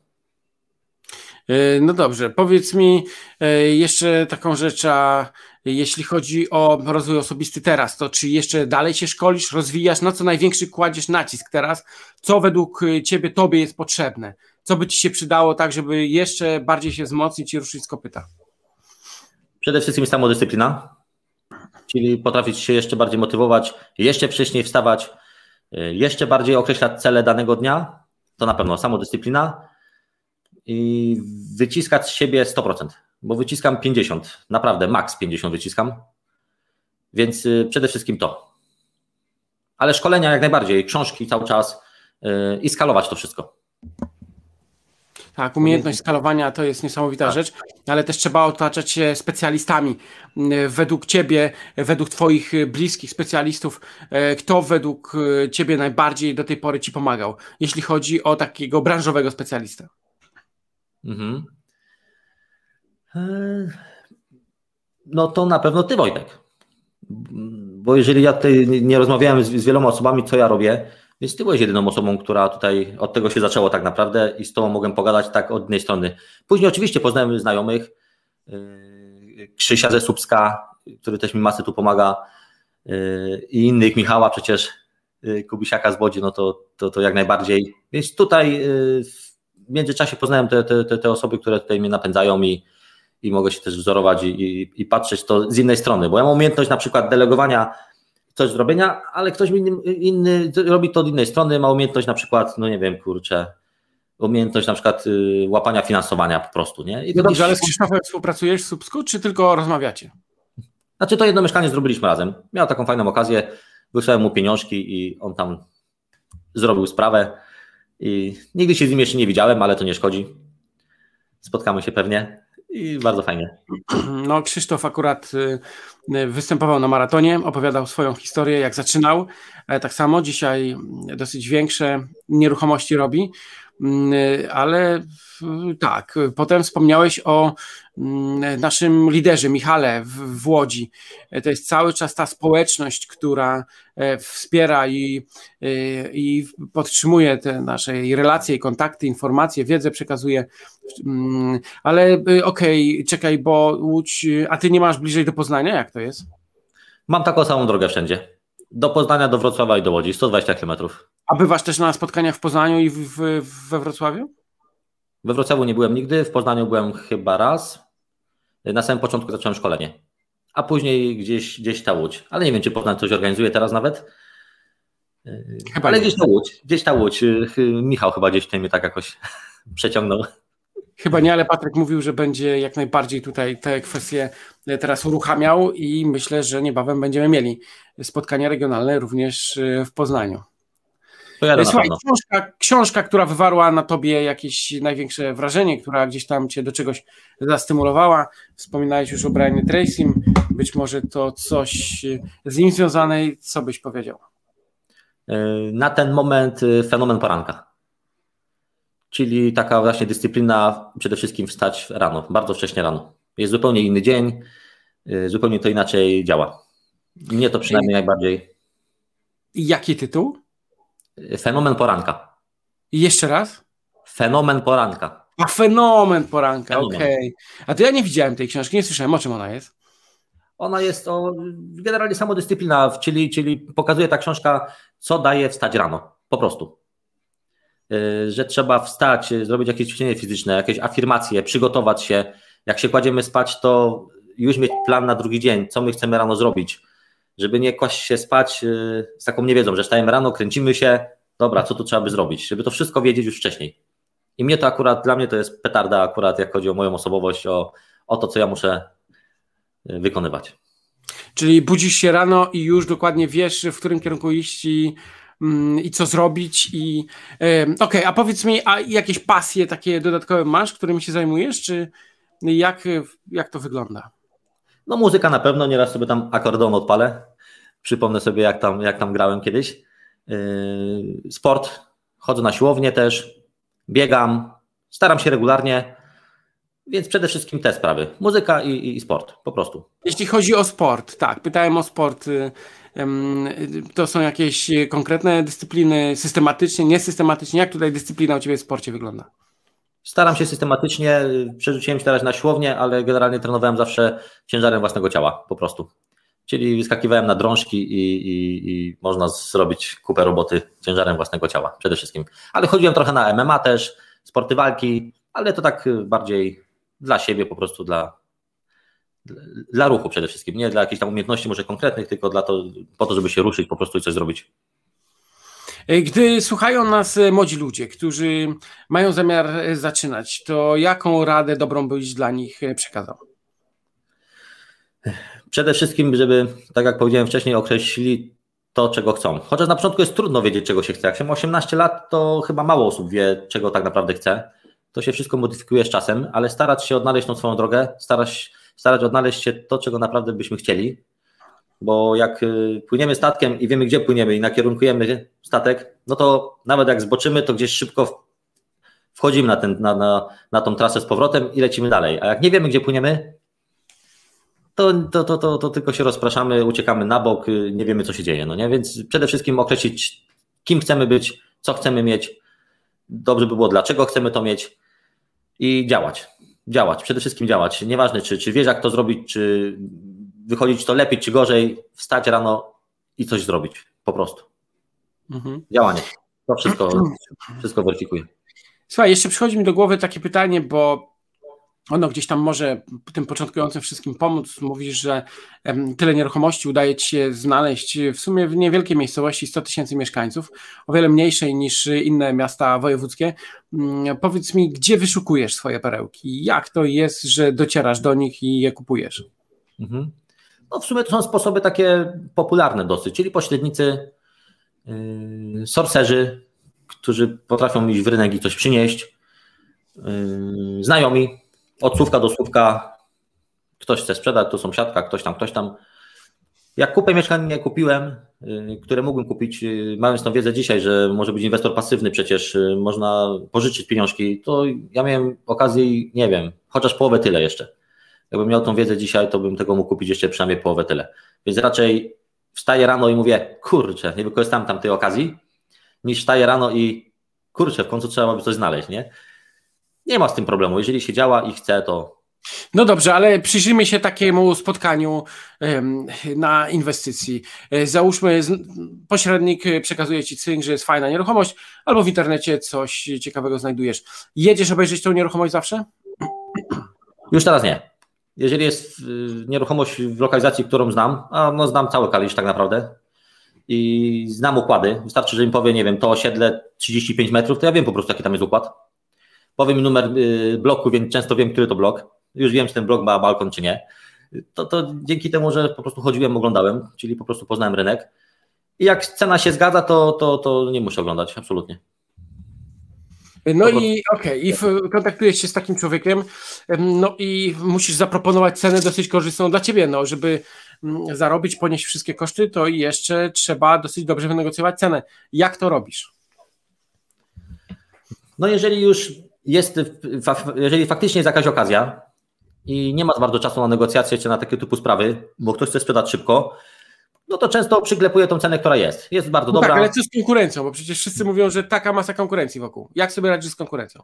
No dobrze, powiedz mi jeszcze taką rzecz, a jeśli chodzi o rozwój osobisty teraz, to czy jeszcze dalej się szkolisz, rozwijasz, na co największy kładziesz nacisk teraz, co według ciebie, tobie jest potrzebne, co by ci się przydało tak, żeby jeszcze bardziej się wzmocnić i ruszyć z kopyta? Przede wszystkim jest samodyscyplina, czyli potrafić się jeszcze bardziej motywować, jeszcze wcześniej wstawać, jeszcze bardziej określać cele danego dnia, to na pewno samodyscyplina i wyciskać z siebie sto procent, bo wyciskam pięćdziesiąt, naprawdę maks pięćdziesiąt wyciskam, więc przede wszystkim to. Ale szkolenia jak najbardziej, książki cały czas i skalować to wszystko. Tak, umiejętność skalowania to jest niesamowita tak. rzecz, ale też trzeba otaczać się specjalistami. Według ciebie, według twoich bliskich specjalistów, kto według ciebie najbardziej do tej pory ci pomagał, jeśli chodzi o takiego branżowego specjalistę? Mhm. No to na pewno ty, Wojtek, bo jeżeli ja tutaj nie rozmawiałem z, z wieloma osobami, co ja robię, więc ty byłeś jedyną osobą, która tutaj od tego się zaczęło tak naprawdę i z tobą mogłem pogadać tak od jednej strony. Później oczywiście poznałem znajomych, yy, Krzysia ze Słupska, który też mi masy tu pomaga, yy, i innych, Michała przecież, yy, Kubisiaka z Łodzi, no to, to, to jak najbardziej. Więc tutaj yy, w międzyczasie poznałem te, te, te, te osoby, które tutaj mnie napędzają i, i mogę się też wzorować i, i, i patrzeć to z innej strony, bo ja mam umiejętność na przykład delegowania coś zrobienia, ale ktoś inny, inny robi to od innej strony, ma umiejętność na przykład, no nie wiem, kurczę, umiejętność na przykład y, łapania finansowania po prostu, nie? I no dobrze, ale z Krzysztofem współpracujesz w Słupsku, czy tylko rozmawiacie? Znaczy to jedno mieszkanie zrobiliśmy razem. Miał taką fajną okazję, wysłałem mu pieniążki i on tam zrobił sprawę i nigdy się z nim jeszcze nie widziałem, ale to nie szkodzi. Spotkamy się pewnie. I bardzo fajnie. No, Krzysztof akurat występował na maratonie, opowiadał swoją historię, jak zaczynał. Tak samo dzisiaj dosyć większe nieruchomości robi, ale tak, potem wspomniałeś o naszym liderze Michale w, w Łodzi. To jest cały czas ta społeczność, która wspiera i, i podtrzymuje te nasze relacje, kontakty, informacje, wiedzę przekazuje. Ale okej, okay, czekaj, bo Łódź, a ty nie masz bliżej do Poznania? Jak to jest? Mam taką samą drogę wszędzie. Do Poznania, do Wrocławia i do Łodzi, sto dwadzieścia kilometrów. A bywasz też na spotkaniach w Poznaniu i w, w, we Wrocławiu? We Wrocławiu nie byłem nigdy, w Poznaniu byłem chyba raz. Na samym początku zacząłem szkolenie, a później gdzieś, gdzieś ta Łódź. Ale nie wiem, czy Poznań coś organizuje teraz nawet. Chyba ale nie. Gdzieś ta Łódź, gdzieś ta Łódź. Michał chyba gdzieś tutaj mnie tak jakoś przeciągnął. Chyba nie, ale Patryk mówił, że będzie jak najbardziej tutaj te kwestie teraz uruchamiał i myślę, że niebawem będziemy mieli spotkania regionalne również w Poznaniu. Słuchaj, książka, książka, która wywarła na tobie jakieś największe wrażenie, która gdzieś tam cię do czegoś zastymulowała. Wspominałeś już o Brianie Tracym, być może to coś z nim związane, co byś powiedział? Na ten moment fenomen poranka, czyli taka właśnie dyscyplina, przede wszystkim wstać rano, bardzo wcześnie rano. Jest zupełnie inny dzień, zupełnie to inaczej działa. Mnie to przynajmniej I... najbardziej. Jaki tytuł? Fenomen poranka. I jeszcze raz? Fenomen poranka. A fenomen poranka, okej. Okay. A to ja nie widziałem tej książki, nie słyszałem, o czym ona jest? Ona jest o generalnie samodyscyplina, czyli, czyli pokazuje ta książka, co daje wstać rano, po prostu. Że trzeba wstać, zrobić jakieś ćwiczenie fizyczne, jakieś afirmacje, przygotować się. Jak się kładziemy spać, to już mieć plan na drugi dzień, co my chcemy rano zrobić. Żeby nie kłaść się spać z taką niewiedzą, że wstajemy rano, kręcimy się, dobra, co tu trzeba by zrobić, żeby to wszystko wiedzieć już wcześniej. I mnie to akurat, dla mnie to jest petarda akurat, jak chodzi o moją osobowość, o, o to, co ja muszę wykonywać. Czyli budzisz się rano i już dokładnie wiesz, w którym kierunku iść i, i co zrobić. I yy, okej, okay, a powiedz mi, a jakieś pasje takie dodatkowe masz, którymi się zajmujesz, czy jak, jak to wygląda? No muzyka na pewno, nieraz sobie tam akordeon odpalę, przypomnę sobie jak tam, jak tam grałem kiedyś. Yy, sport, chodzę na siłownię też, biegam, staram się regularnie, więc przede wszystkim te sprawy, muzyka i, i sport, po prostu. Jeśli chodzi o sport, tak, pytałem o sport, to są jakieś konkretne dyscypliny, systematycznie, niesystematycznie, jak tutaj dyscyplina u Ciebie w sporcie wygląda? Staram się systematycznie, przerzuciłem się teraz na siłownię, ale generalnie trenowałem zawsze ciężarem własnego ciała, po prostu. Czyli wyskakiwałem na drążki i, i, i można zrobić kupę roboty ciężarem własnego ciała, przede wszystkim. Ale chodziłem trochę na M M A też, sporty walki, ale to tak bardziej dla siebie, po prostu dla, dla ruchu przede wszystkim. Nie dla jakichś tam umiejętności może konkretnych, tylko dla to, po to, żeby się ruszyć po prostu i coś zrobić. Gdy słuchają nas młodzi ludzie, którzy mają zamiar zaczynać, to jaką radę dobrą byś dla nich przekazał? Przede wszystkim, żeby, tak jak powiedziałem wcześniej, określili to, czego chcą. Chociaż na początku jest trudno wiedzieć, czego się chce. Jak się ma osiemnaście lat, to chyba mało osób wie, czego tak naprawdę chce. To się wszystko modyfikuje z czasem, ale starać się odnaleźć tą swoją drogę, starać, starać odnaleźć się to, czego naprawdę byśmy chcieli. Bo jak płyniemy statkiem i wiemy, gdzie płyniemy i nakierunkujemy statek, no to nawet jak zboczymy, to gdzieś szybko wchodzimy na, ten, na, na, na tą trasę z powrotem i lecimy dalej. A jak nie wiemy, gdzie płyniemy, to, to, to, to, to tylko się rozpraszamy, uciekamy na bok, nie wiemy, co się dzieje. No nie? Więc przede wszystkim określić, kim chcemy być, co chcemy mieć, dobrze by było, dlaczego chcemy to mieć i działać. Działać, przede wszystkim działać. Nieważne, czy, czy wiesz, jak to zrobić, czy wychodzić to lepiej, czy gorzej, wstać rano i coś zrobić. Po prostu. Mhm. Działanie. To wszystko, wszystko weryfikuje. Słuchaj, jeszcze przychodzi mi do głowy takie pytanie, bo ono gdzieś tam może tym początkującym wszystkim pomóc. Mówisz, że tyle nieruchomości udaje ci się znaleźć w sumie w niewielkiej miejscowości, sto tysięcy mieszkańców, o wiele mniejszej niż inne miasta wojewódzkie. Powiedz mi, gdzie wyszukujesz swoje perełki? Jak to jest, że docierasz do nich i je kupujesz? Mhm. No w sumie to są sposoby takie popularne dosyć, czyli pośrednicy, yy, sorcerzy, którzy potrafią iść w rynek i coś przynieść, yy, znajomi, od słówka do słówka, ktoś chce sprzedać, to sąsiadka, ktoś tam, ktoś tam. Jak kupę mieszkanie kupiłem, yy, które mógłbym kupić, yy, mając tą wiedzę dzisiaj, że może być inwestor pasywny, przecież yy, można pożyczyć pieniążki, to ja miałem okazję, nie wiem, chociaż połowę tyle jeszcze. Jakbym miał tą wiedzę dzisiaj, to bym tego mógł kupić jeszcze przynajmniej połowę tyle. Więc raczej wstaję rano i mówię, kurczę, nie wykorzystałem tam tej okazji, niż wstaję rano i kurczę, w końcu trzeba by coś znaleźć, nie? Nie ma z tym problemu. Jeżeli się działa i chce, to... No dobrze, ale przyjrzyjmy się takiemu spotkaniu um, na inwestycji. Załóżmy, pośrednik przekazuje ci cynk, że jest fajna nieruchomość, albo w internecie coś ciekawego znajdujesz. Jedziesz obejrzeć tą nieruchomość zawsze? Już teraz nie. Jeżeli jest nieruchomość w lokalizacji, którą znam, a no znam cały Kalisz tak naprawdę i znam układy, wystarczy, że mi powie, nie wiem, to osiedle trzydzieści pięć metrów, to ja wiem po prostu, jaki tam jest układ. Powie mi numer bloku, więc często wiem, który to blok. Już wiem, czy ten blok ma balkon, czy nie. To, to dzięki temu, że po prostu chodziłem, oglądałem, czyli po prostu poznałem rynek. I jak cena się zgadza, to, to, to nie muszę oglądać, absolutnie. No i okej, okay, i kontaktujesz się z takim człowiekiem, no i musisz zaproponować cenę dosyć korzystną dla ciebie, no żeby zarobić, ponieść wszystkie koszty, to jeszcze trzeba dosyć dobrze wynegocjować cenę. Jak to robisz? No jeżeli już jest, jeżeli faktycznie jest jakaś okazja i nie ma za bardzo czasu na negocjacje czy na takie typu sprawy, bo ktoś chce sprzedać szybko, no to często przyklepuję tą cenę, która jest. Jest bardzo no dobra. Tak, ale co z konkurencją? Bo przecież wszyscy mówią, że taka masa konkurencji wokół. Jak sobie radzisz z konkurencją?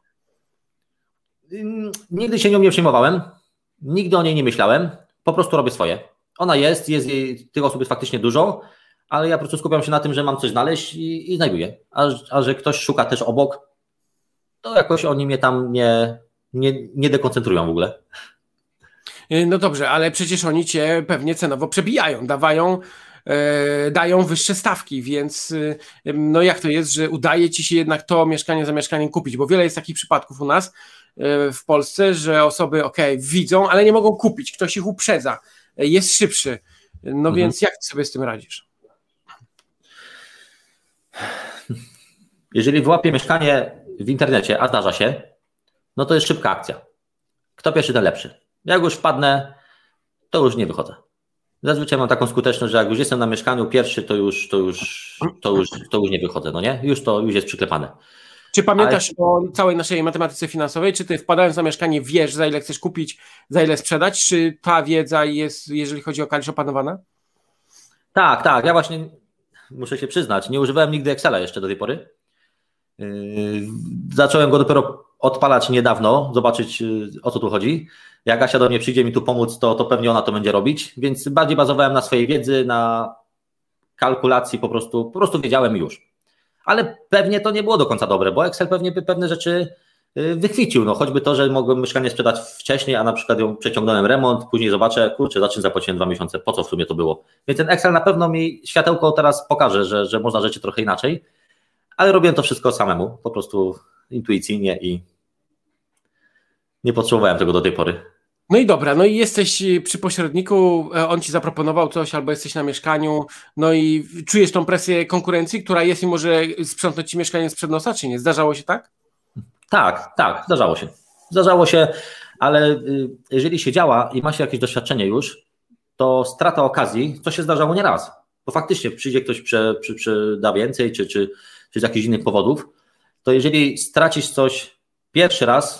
Nigdy się nią nie przejmowałem. Nigdy o niej nie myślałem. Po prostu robię swoje. Ona jest, jest jej, tych osób jest faktycznie dużo, ale ja po prostu skupiam się na tym, że mam coś znaleźć i, i znajduję. A, a że ktoś szuka też obok, to jakoś oni mnie tam nie, nie, nie dekoncentrują w ogóle. No dobrze, ale przecież oni cię pewnie cenowo przebijają, dawają dają wyższe stawki, więc no jak to jest, że udaje ci się jednak to mieszkanie za mieszkaniem kupić, bo wiele jest takich przypadków u nas w Polsce, że osoby okej, okay, widzą, ale nie mogą kupić, ktoś ich uprzedza, jest szybszy, no mhm. Więc jak ty sobie z tym radzisz? Jeżeli wyłapię mieszkanie w internecie, a zdarza się, no to jest szybka akcja. Kto pierwszy, ten lepszy. Jak już wpadnę, to już nie wychodzę. Zazwyczaj mam taką skuteczność, że jak już jestem na mieszkaniu pierwszy, to już, to już, to już, to już nie wychodzę, no nie? Już to już jest przyklepane. Czy pamiętasz Ale... o całej naszej matematyce finansowej? Czy ty wpadając na mieszkanie wiesz, za ile chcesz kupić, za ile sprzedać? Czy ta wiedza jest, jeżeli chodzi o Kalisz, opanowana? Tak, tak. Ja właśnie muszę się przyznać, nie używałem nigdy Excela jeszcze do tej pory. Yy, zacząłem go dopiero odpalać niedawno, zobaczyć o co tu chodzi. Jak Asia do mnie przyjdzie mi tu pomóc, to, to pewnie ona to będzie robić, więc bardziej bazowałem na swojej wiedzy, na kalkulacji, po prostu, po prostu wiedziałem już. Ale pewnie to nie było do końca dobre, bo Excel pewnie by pewne rzeczy wychwycił, no choćby to, że mogłem mieszkanie sprzedać wcześniej, a na przykład ją przeciągnąłem remont, później zobaczę, kurczę, za czym zapłaciłem dwa miesiące, po co w sumie to było. Więc ten Excel na pewno mi światełko teraz pokaże, że, że można rzeczy trochę inaczej, ale robiłem to wszystko samemu, po prostu intuicyjnie i nie potrzebowałem tego do tej pory. No i dobra, no i jesteś przy pośredniku, on ci zaproponował coś, albo jesteś na mieszkaniu, no i czujesz tą presję konkurencji, która jest i może sprzątnąć ci mieszkanie sprzed nosa, czy nie? Zdarzało się tak? Tak, tak, zdarzało się. Zdarzało się, ale jeżeli się działa i ma się jakieś doświadczenie już, to strata okazji, to się zdarzało nieraz, bo faktycznie przyjdzie ktoś, prze, przy, przy, da więcej, czy, czy, czy z jakichś innych powodów, to jeżeli stracisz coś pierwszy raz,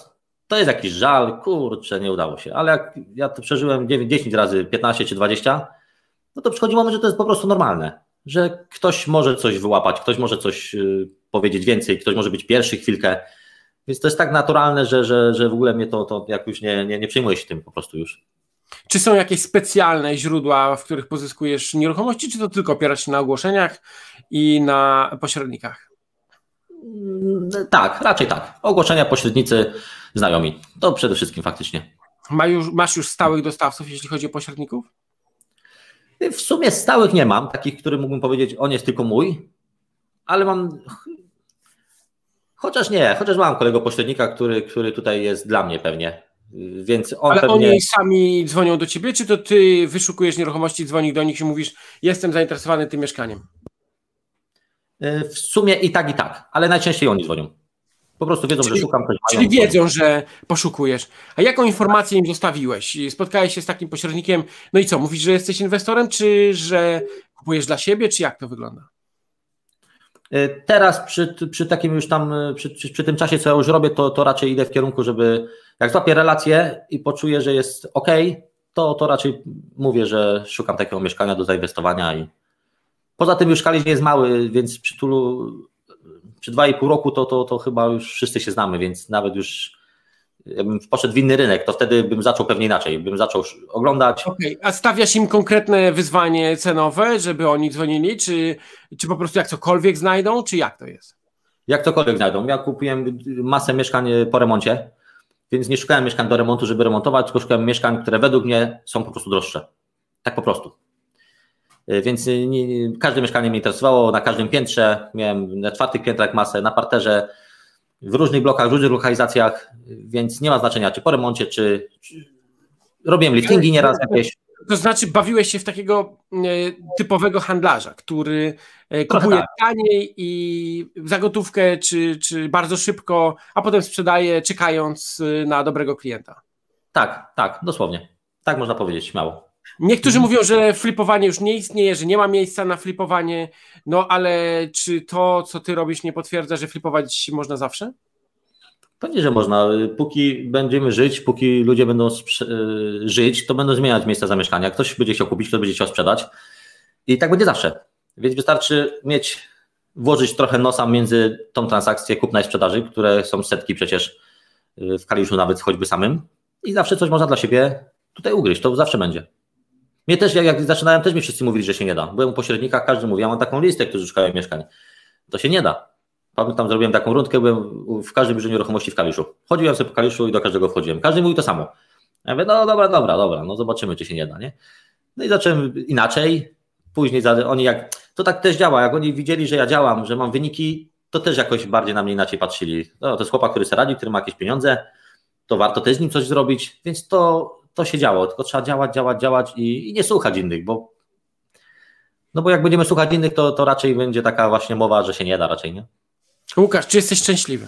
to jest jakiś żal, kurczę, nie udało się, ale jak ja to przeżyłem dziesięć razy, piętnaście czy dwadzieścia, no to przychodzi moment, że to jest po prostu normalne, że ktoś może coś wyłapać, ktoś może coś yy, powiedzieć więcej, ktoś może być pierwszy chwilkę, więc to jest tak naturalne, że, że, że w ogóle mnie to, to jakoś nie, nie, nie przejmuje się tym po prostu już. Czy są jakieś specjalne źródła, w których pozyskujesz nieruchomości, czy to tylko opierasz się na ogłoszeniach i na pośrednikach? Tak, raczej tak. Ogłoszenia, pośrednicy, znajomi. To przede wszystkim faktycznie. Ma już, masz już stałych dostawców, jeśli chodzi o pośredników? W sumie stałych nie mam, takich, który mógłbym powiedzieć, on jest tylko mój, ale mam... Chociaż nie, chociaż mam kolego pośrednika, który, który tutaj jest dla mnie pewnie. Więc on ale pewnie... oni sami dzwonią do ciebie, czy to ty wyszukujesz nieruchomości, dzwonisz do nich i mówisz, jestem zainteresowany tym mieszkaniem? W sumie i tak, i tak, ale najczęściej oni dzwonią. Po prostu wiedzą, czyli, że szukam. Coś czyli wiedzą, że poszukujesz. A jaką informację im zostawiłeś? Spotkałeś się z takim pośrednikiem, no i co, mówisz, że jesteś inwestorem, czy że kupujesz dla siebie, czy jak to wygląda? Teraz przy, przy takim już tam, przy, przy tym czasie, co ja już robię, to, to raczej idę w kierunku, żeby jak złapię relację i poczuję, że jest ok, to, to raczej mówię, że szukam takiego mieszkania do zainwestowania i poza tym już Kalisz nie jest mały, więc przy Tulu, przy dwa i pół roku to, to, to chyba już wszyscy się znamy, więc nawet już jakbym poszedł w inny rynek, to wtedy bym zaczął pewnie inaczej, bym zaczął oglądać. Okej, okay. A stawiasz im konkretne wyzwanie cenowe, żeby oni dzwonili, czy, czy po prostu jak cokolwiek znajdą, czy jak to jest? Jak cokolwiek znajdą. Ja kupiłem masę mieszkań po remoncie, więc nie szukałem mieszkań do remontu, żeby remontować, tylko szukałem mieszkań, które według mnie są po prostu droższe. Tak po prostu. Więc nie, każde mieszkanie mnie interesowało, na każdym piętrze, miałem na czwartych piętrach masę, na parterze, w różnych blokach, w różnych lokalizacjach, więc nie ma znaczenia, czy po remoncie, czy, czy... robiłem liftingi nieraz jakieś. To znaczy bawiłeś się w takiego e, typowego handlarza, który e, kupuje tak. taniej i za gotówkę, czy, czy bardzo szybko, a potem sprzedaje, czekając na dobrego klienta. Tak, tak, dosłownie. Tak można powiedzieć, śmiało. Niektórzy mówią, że flipowanie już nie istnieje, że nie ma miejsca na flipowanie, no ale czy to, co ty robisz, nie potwierdza, że flipować można zawsze? Pewnie, że można. Póki będziemy żyć, póki ludzie będą żyć, to będą zmieniać miejsca zamieszkania. Ktoś będzie chciał kupić, ktoś będzie chciał sprzedać i tak będzie zawsze. Więc wystarczy mieć, włożyć trochę nosa między tą transakcję kupna i sprzedaży, które są setki przecież w Kaliszu nawet choćby samym i zawsze coś można dla siebie tutaj ugryźć, to zawsze będzie. Mnie też, jak, jak zaczynałem, też mi wszyscy mówili, że się nie da. Byłem u pośrednika, każdy mówi, ja mam taką listę, którzy szukają mieszkań. To się nie da. Pamiętam, zrobiłem taką rundkę, byłem w każdym biurze nieruchomości w Kaliszu. Chodziłem sobie po Kaliszu i do każdego wchodziłem. Każdy mówi to samo. Ja mówię, no dobra, dobra, dobra, no zobaczymy, czy się nie da, nie? No i zacząłem inaczej. Później oni jak, to tak też działa, jak oni widzieli, że ja działam, że mam wyniki, to też jakoś bardziej na mnie inaczej patrzyli. No, to jest chłopak, który sobie radzi, który ma jakieś pieniądze, to warto też z nim coś zrobić, więc to, to się działo, tylko trzeba działać, działać, działać i, i nie słuchać innych, bo no bo jak będziemy słuchać innych, to, to raczej będzie taka właśnie mowa, że się nie da raczej, nie? Łukasz, czy jesteś szczęśliwy?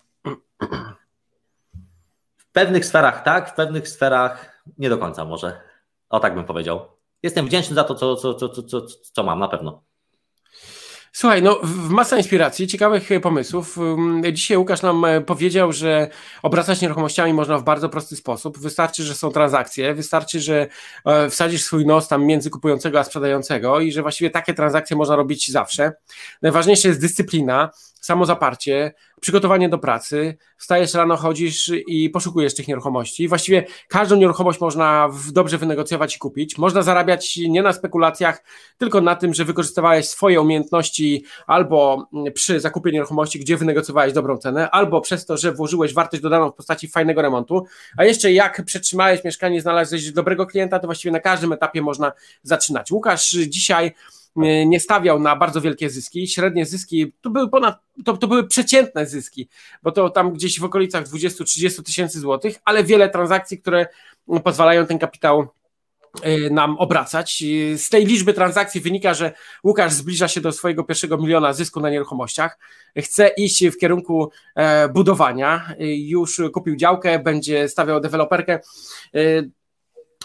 W pewnych sferach tak, w pewnych sferach nie do końca może. O tak bym powiedział. Jestem wdzięczny za to, co, co, co, co, co, co mam na pewno. Słuchaj, no masa inspiracji, ciekawych pomysłów. Dzisiaj Łukasz nam powiedział, że obracać nieruchomościami można w bardzo prosty sposób. Wystarczy, że są transakcje, wystarczy, że wsadzisz swój nos tam między kupującego a sprzedającego i że właściwie takie transakcje można robić zawsze. Najważniejsza jest dyscyplina, samozaparcie, przygotowanie do pracy, wstajesz rano, chodzisz i poszukujesz tych nieruchomości. Właściwie każdą nieruchomość można dobrze wynegocjować i kupić. Można zarabiać nie na spekulacjach, tylko na tym, że wykorzystywałeś swoje umiejętności albo przy zakupie nieruchomości, gdzie wynegocjowałeś dobrą cenę, albo przez to, że włożyłeś wartość dodaną w postaci fajnego remontu, a jeszcze jak przetrzymałeś mieszkanie, znalazłeś dobrego klienta, to właściwie na każdym etapie można zaczynać. Łukasz dzisiaj nie stawiał na bardzo wielkie zyski, średnie zyski to były ponad, to, to były przeciętne zyski, bo to tam gdzieś w okolicach dwadzieścia do trzydziestu tysięcy złotych, ale wiele transakcji, które pozwalają ten kapitał nam obracać. Z tej liczby transakcji wynika, że Łukasz zbliża się do swojego pierwszego miliona zysku na nieruchomościach, chce iść w kierunku budowania, już kupił działkę, będzie stawiał deweloperkę.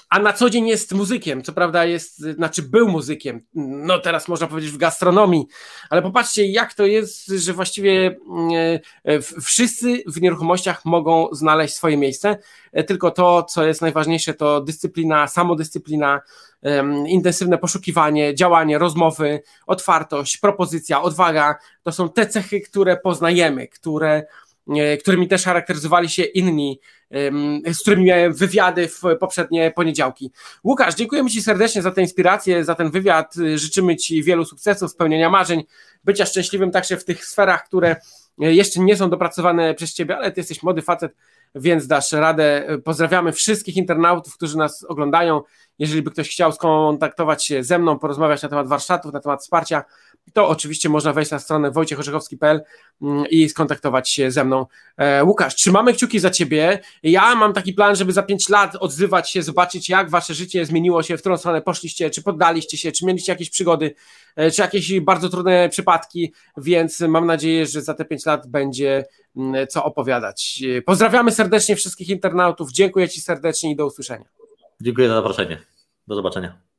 a na co dzień jest muzykiem, co prawda jest, znaczy był muzykiem, no teraz można powiedzieć w gastronomii, ale popatrzcie jak to jest, że właściwie wszyscy w nieruchomościach mogą znaleźć swoje miejsce, tylko to, co jest najważniejsze, to dyscyplina, samodyscyplina, intensywne poszukiwanie, działanie, rozmowy, otwartość, propozycja, odwaga, to są te cechy, które poznajemy, które którymi też charakteryzowali się inni, z którymi miałem wywiady w poprzednie poniedziałki. Łukasz, dziękujemy Ci serdecznie za tę inspirację, za ten wywiad. Życzymy Ci wielu sukcesów, spełnienia marzeń, bycia szczęśliwym także w tych sferach, które jeszcze nie są dopracowane przez Ciebie, ale Ty jesteś młody facet, więc dasz radę. Pozdrawiamy wszystkich internautów, którzy nas oglądają. Jeżeli by ktoś chciał skontaktować się ze mną, porozmawiać na temat warsztatów, na temat wsparcia, to oczywiście można wejść na stronę wojciech orzechowski kropka p l i skontaktować się ze mną. E, Łukasz, trzymamy kciuki za Ciebie. Ja mam taki plan, żeby za pięć lat odzywać się, zobaczyć jak Wasze życie zmieniło się, w którą stronę poszliście, czy poddaliście się, czy mieliście jakieś przygody, e, czy jakieś bardzo trudne przypadki, więc mam nadzieję, że za te pięć lat będzie m, co opowiadać. E, pozdrawiamy serdecznie wszystkich internautów, dziękuję Ci serdecznie i do usłyszenia. Dziękuję za zaproszenie. Do zobaczenia.